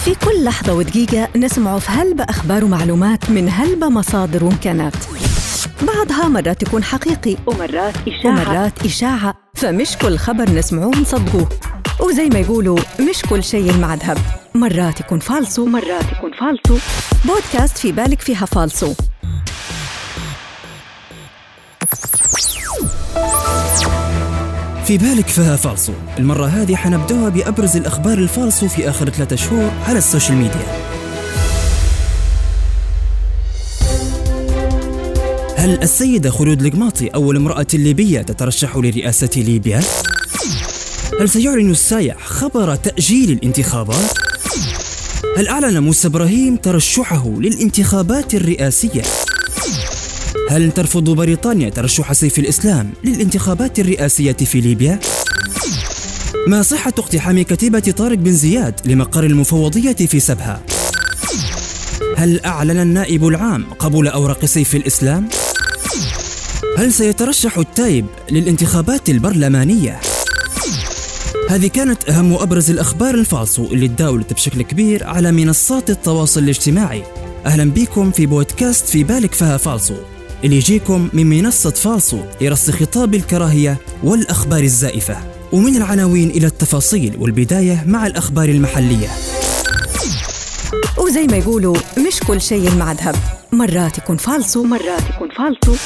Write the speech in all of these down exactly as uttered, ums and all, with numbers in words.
في كل لحظة ودقيقة نسمع في هلبة أخبار ومعلومات من هلبة مصادر وإمكانات، بعضها مرات يكون حقيقي ومرات إشاعة, ومرات إشاعة فمش كل خبر نسمعوه نصدقوه، وزي ما يقولوا مش كل شيء المعذب، مرات يكون فالسو مرات يكون فالسو. بودكاست في بالك فيها فالسو. في بالك فيها فالسو. المرة هذه حنبدأها بأبرز الأخبار الفالسو في آخر ثلاثة شهور على السوشيال ميديا. هل السيدة خلود القماطي أول امرأة ليبية تترشح لرئاسة ليبيا؟ هل سيعلن السايح خبر تأجيل الانتخابات؟ هل أعلن موسى إبراهيم ترشحه للانتخابات الرئاسية؟ هل ترفض بريطانيا ترشح سيف الإسلام للانتخابات الرئاسية في ليبيا؟ ما صحة اقتحام كتيبة طارق بن زياد لمقر المفوضية في سبها؟ هل أعلن النائب العام قبول أوراق سيف الإسلام؟ هل سيترشح التايب للانتخابات البرلمانية؟ هذه كانت أهم وأبرز الأخبار الفالسو اللي تداولت بشكل كبير على منصات التواصل الاجتماعي. أهلا بكم في بودكاست في بالك فيها فالسو اللي يجيكم من منصة فالسو لرص خطاب الكراهية والأخبار الزائفة، ومن العناوين إلى التفاصيل، والبداية مع الأخبار المحلية. وزي ما يقولوا مش كل شيء المعذب، مرات يكون فالسو مرات يكون فالسو.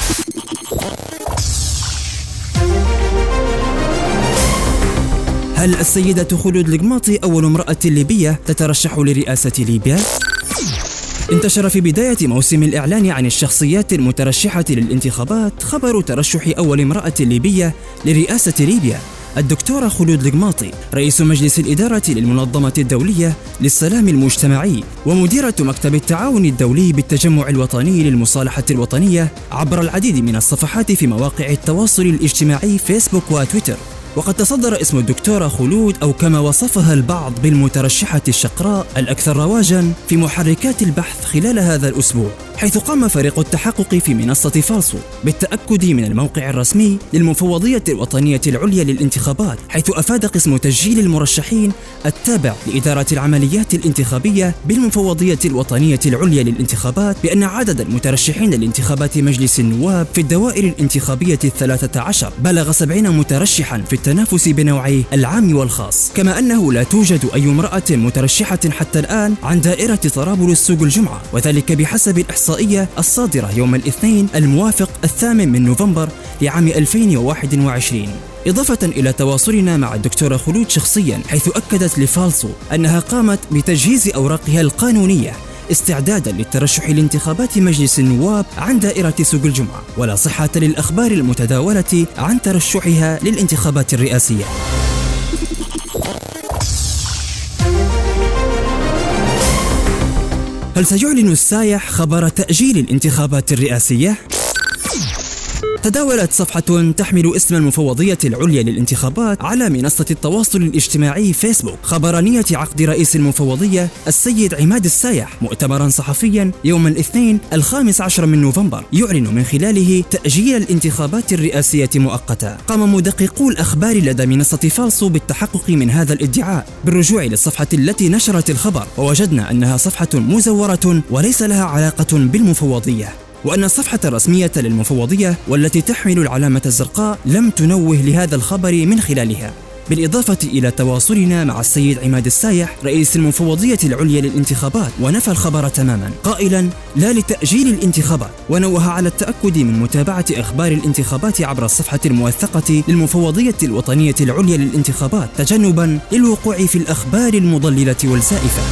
هل السيدة خلود القماطي أول امرأة ليبية تترشح لرئاسة ليبيا؟ انتشر في بداية موسم الإعلان عن الشخصيات المترشحة للانتخابات خبر ترشح أول امرأة ليبية لرئاسة ليبيا، الدكتورة خلود القماطي، رئيس مجلس الإدارة للمنظمة الدولية للسلام المجتمعي ومديرة مكتب التعاون الدولي بالتجمع الوطني للمصالحة الوطنية، عبر العديد من الصفحات في مواقع التواصل الاجتماعي فيسبوك وتويتر. وقد تصدر اسم الدكتورة خلود، أو كما وصفها البعض بالمترشحة الشقراء، الأكثر رواجاً في محركات البحث خلال هذا الأسبوع، حيث قام فريق التحقق في منصة فالسو بالتأكد من الموقع الرسمي للمفوضية الوطنية العليا للانتخابات، حيث أفاد قسم تسجيل المرشحين التابع لإدارة العمليات الانتخابية بالمفوضية الوطنية العليا للانتخابات بأن عدد المترشحين لانتخابات مجلس النواب في الدوائر الانتخابية الثلاثة عشر بلغ سبعين مترشحاً في التنافس بنوعي العام والخاص، كما أنه لا توجد أي امرأة مترشحة حتى الآن عن دائرة طرابلس سوق الجمعة، وذلك بحسب الإحصائية الصادرة يوم الاثنين الموافق الثامن من نوفمبر لعام ألفين وواحد وعشرين. إضافة إلى تواصلنا مع الدكتورة خلود شخصيا، حيث أكدت لفالسو أنها قامت بتجهيز أوراقها القانونية استعدادا للترشح لانتخابات مجلس النواب عن دائرة سوق الجمعة، ولا صحة للأخبار المتداولة عن ترشحها للانتخابات الرئاسية. هل سيعلن السايح خبر تأجيل الانتخابات الرئاسية؟ تداولت صفحة تحمل اسم المفوضية العليا للانتخابات على منصة التواصل الاجتماعي فيسبوك خبر نية عقد رئيس المفوضية السيد عماد السايح مؤتمرا صحفيا يوم الاثنين الخامس عشر من نوفمبر يعلن من خلاله تأجيل الانتخابات الرئاسية مؤقتا. قام مدققو الأخبار لدى منصة فالسو بالتحقق من هذا الادعاء بالرجوع للصفحة التي نشرت الخبر، ووجدنا أنها صفحة مزورة وليس لها علاقة بالمفوضية، وأن الصفحة الرسمية للمفوضية والتي تحمل العلامة الزرقاء لم تنوه لهذا الخبر من خلالها. بالإضافة إلى تواصلنا مع السيد عماد السايح رئيس المفوضية العليا للانتخابات، ونفى الخبر تماما قائلا لا لتأجيل الانتخابات، ونوه على التأكد من متابعة أخبار الانتخابات عبر الصفحة الموثقة للمفوضية الوطنية العليا للانتخابات تجنبا للوقوع في الأخبار المضللة والزائفة.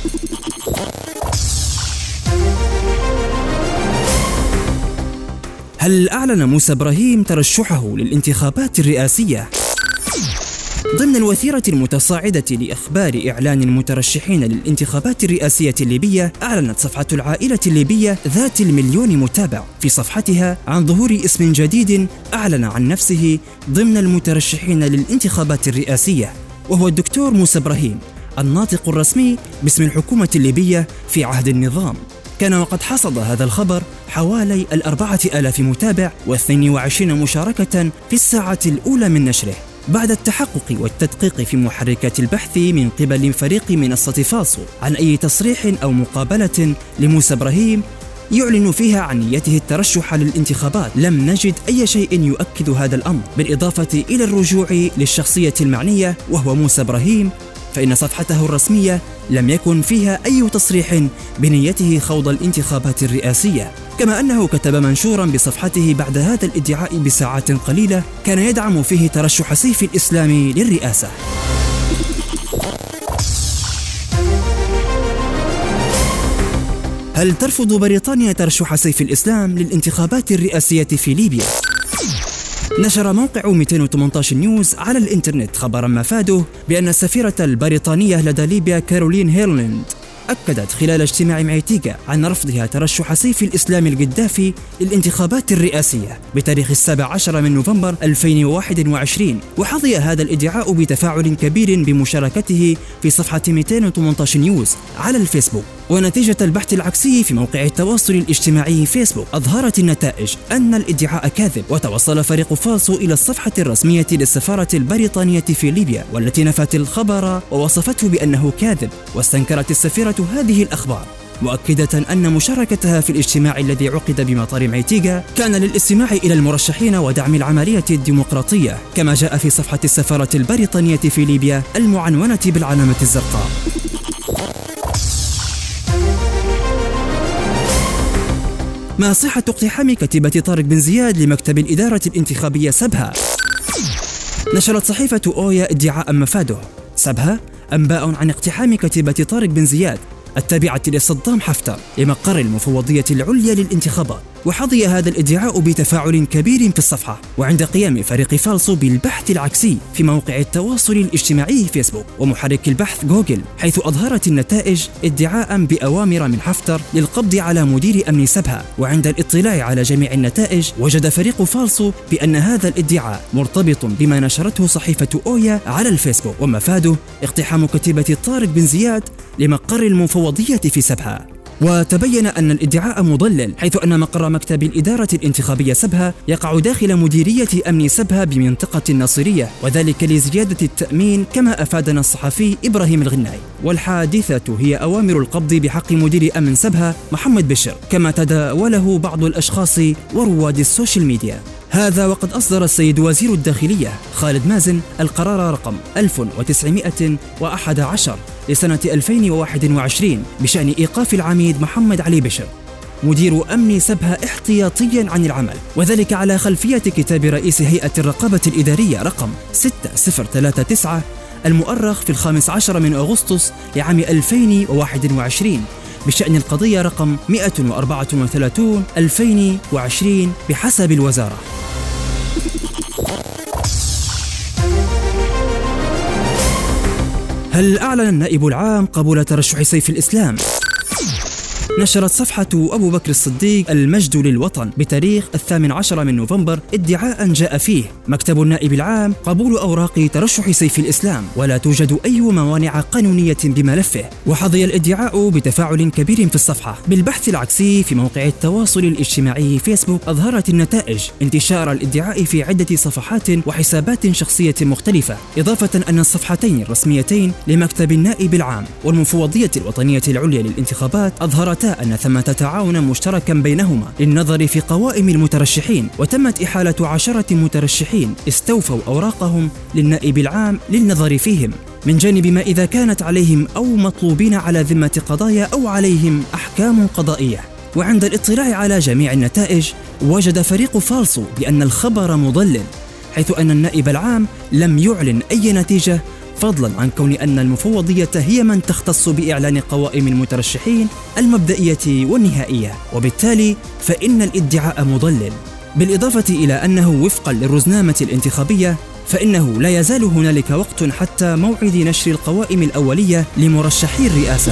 هل أعلن موسى إبراهيم ترشحه للانتخابات الرئاسية؟ ضمن الوثيرة المتصاعدة لأخبار إعلان المترشحين للانتخابات الرئاسية الليبية، أعلنت صفحة العائلة الليبية ذات المليون متابع في صفحتها عن ظهور اسم جديد أعلن عن نفسه ضمن المترشحين للانتخابات الرئاسية، وهو الدكتور موسى إبراهيم، الناطق الرسمي باسم الحكومة الليبية في عهد النظام. كان وقد حصد هذا الخبر حوالي الأربعة آلاف متابع واثنين وعشرين مشاركة في الساعة الأولى من نشره، بعد التحقق والتدقيق في محركات البحث من قبل فريق منصة فالسو عن أي تصريح أو مقابلة لموسى إبراهيم يعلن فيها عن نيته الترشح للانتخابات، لم نجد أي شيء يؤكد هذا الأمر، بالإضافة إلى الرجوع للشخصية المعنية وهو موسى إبراهيم، فإن صفحته الرسمية لم يكن فيها أي تصريح بنيته خوض الانتخابات الرئاسية، كما أنه كتب منشورا بصفحته بعد هذا الادعاء بساعات قليلة كان يدعم فيه ترشح سيف الإسلام للرئاسة. هل ترفض بريطانيا ترشح سيف الإسلام للانتخابات الرئاسية في ليبيا؟ نشر موقع مئتين وثمانية عشر نيوز على الإنترنت خبرا مفاده بأن السفيرة البريطانية لدى ليبيا كارولين هيرلاند أكدت خلال اجتماع معيتيغا عن رفضها ترشح سيف الإسلام القذافي للانتخابات الرئاسية بتاريخ السابع عشر من نوفمبر ألفين وواحد وعشرين، وحظي هذا الادعاء بتفاعل كبير بمشاركته في صفحة مئتين وثمانية عشر نيوز على الفيسبوك. ونتيجة البحث العكسي في موقع التواصل الاجتماعي فيسبوك أظهرت النتائج أن الادعاء كاذب، وتوصل فريق فالسو إلى الصفحة الرسمية للسفارة البريطانية في ليبيا والتي نفت الخبر ووصفته بأنه كاذب، واستنكرت السفيرة هذه الأخبار مؤكدة أن مشاركتها في الاجتماع الذي عقد بمطار معيتيغا كان للاستماع إلى المرشحين ودعم العملية الديمقراطية، كما جاء في صفحة السفارة البريطانية في ليبيا المعنونة بالعلامة الزرقاء. ما صحة اقتحام كتيبة طارق بن زياد لمكتب الإدارة الانتخابية سبها؟ نشرت صحيفة أويا ادعاء مفاده سبها أنباء عن اقتحام كتيبة طارق بن زياد التابعة لصدام حفتر لمقر المفوضية العليا للانتخابات، وحظي هذا الادعاء بتفاعل كبير في الصفحة وعند قيام فريق فالسو بالبحث العكسي في موقع التواصل الاجتماعي فيسبوك ومحرك البحث جوجل، حيث أظهرت النتائج ادعاء بأوامر من حفتر للقبض على مدير أمن سبها. وعند الاطلاع على جميع النتائج وجد فريق فالسو بأن هذا الادعاء مرتبط بما نشرته صحيفة أويا على الفيسبوك، ومفاده اقتحام كتيبة طارق بن زياد لمقر المفوضية في سبها. وتبين أن الادعاء مضلل، حيث أن مقر مكتب الإدارة الانتخابية سبها يقع داخل مديرية أمن سبها بمنطقة الناصرية، وذلك لزيادة التأمين كما أفادنا الصحفي إبراهيم الغناي. والحادثة هي أوامر القبض بحق مدير أمن سبها محمد بشر، كما تداوله بعض الأشخاص ورواد السوشيال ميديا. هذا وقد أصدر السيد وزير الداخلية خالد مازن القرار رقم ألف وتسعمئة وأحد عشر لسنة ألفين وواحد وعشرين بشأن إيقاف العميد محمد علي بشر مدير أمن سبها احتياطيا عن العمل، وذلك على خلفية كتاب رئيس هيئة الرقابة الإدارية رقم ستة صفر ثلاثة تسعة المؤرخ في الخامس عشر من أغسطس لعام ألفين وواحد وعشرين بشأن القضية رقم مئة وأربعة وثلاثين ألفين وعشرين بحسب الوزارة. هل أعلن النائب العام قبول ترشح سيف الإسلام؟ نشرت صفحة أبو بكر الصديق المجد للوطن بتاريخ الثامن عشر من نوفمبر ادعاء جاء فيه مكتب النائب العام قبول أوراق ترشح سيف الإسلام ولا توجد أي موانع قانونية بملفه، وحظي الادعاء بتفاعل كبير في الصفحة. بالبحث العكسي في موقع التواصل الاجتماعي فيسبوك أظهرت النتائج انتشار الادعاء في عدة صفحات وحسابات شخصية مختلفة، إضافة أن الصفحتين الرسميتين لمكتب النائب العام والمفوضية الوطنية العليا للانتخابات أظهرتا أن ثمة تعاونا مشتركا بينهما للنظر في قوائم المترشحين، وتمت إحالة عشرة مترشحين استوفوا أوراقهم للنائب العام للنظر فيهم من جانب ما إذا كانت عليهم أو مطلوبين على ذمة قضايا أو عليهم أحكام قضائية. وعند الاطلاع على جميع النتائج وجد فريق فالسو بأن الخبر مضلل، حيث أن النائب العام لم يعلن أي نتيجة، فضلا عن كون أن المفوضية هي من تختص بإعلان قوائم المترشحين المبدئية والنهائية، وبالتالي فإن الادعاء مضلل. بالإضافة إلى أنه وفقا للرزنامة الانتخابية فإنه لا يزال هنالك وقت حتى موعد نشر القوائم الأولية لمرشحي الرئاسة.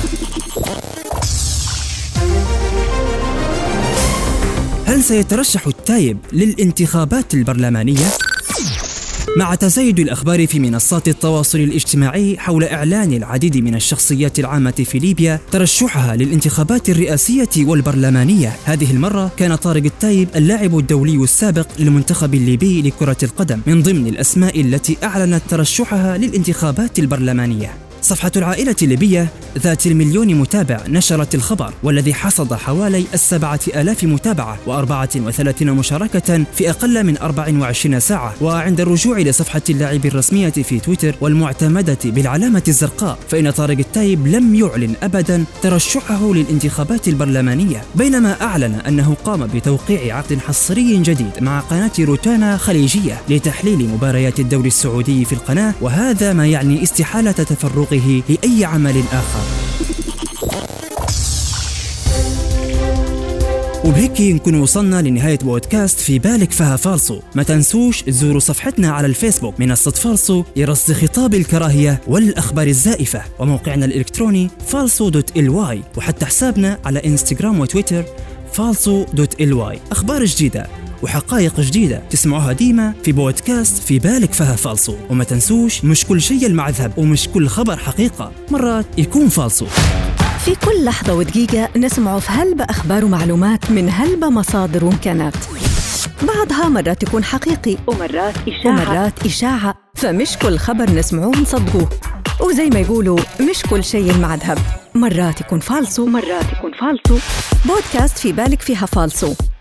هل سيترشح التايب للانتخابات البرلمانية؟ مع تزايد الأخبار في منصات التواصل الاجتماعي حول إعلان العديد من الشخصيات العامة في ليبيا ترشحها للانتخابات الرئاسية والبرلمانية، هذه المرة كان طارق التايب اللاعب الدولي السابق للمنتخب الليبي لكرة القدم من ضمن الأسماء التي أعلنت ترشحها للانتخابات البرلمانية. صفحة العائلة الليبية ذات المليون متابع نشرت الخبر، والذي حصد حوالي السبعة آلاف متابعة وأربعة وثلاثين مشاركة في أقل من أربع وعشرين ساعة. وعند الرجوع لصفحة اللاعب الرسمية في تويتر والمعتمدة بالعلامة الزرقاء، فإن طارق التايب لم يعلن أبدا ترشحه للانتخابات البرلمانية، بينما أعلن أنه قام بتوقيع عقد حصري جديد مع قناة روتانا خليجية لتحليل مباريات الدوري السعودي في القناة، وهذا ما يعني استحالة تفرغه لأي عمل آخر. وبهيك نكون وصلنا لنهاية بودكاست في بالك فها فالصو. ما تنسوش تزوروا صفحتنا على الفيسبوك منصة فالصو لرصد خطاب الكراهية والأخبار الزائفة، وموقعنا الإلكتروني فالصو دوت إل واي، وحتى حسابنا على إنستغرام وتويتر فالصو دوت إل واي. أخبار جديدة وحقائق جديدة تسمعوها ديما في بودكاست في بالك فها فالصو. وما تنسوش مش كل شيء المعذب ومش كل خبر حقيقة، مرات يكون فالصو. في كل لحظة ودقيقة نسمع في هلبة أخبار ومعلومات من هلبة مصادر وإمكانات، بعضها مرات يكون حقيقي ومرات إشاعة, ومرات إشاعة فمش كل خبر نسمعوه نصدقوه. وزي ما يقولوا مش كل شيء المعذب، مرات يكون فالصو مرات يكون فالصو. بودكاست في بالك فيها فالصو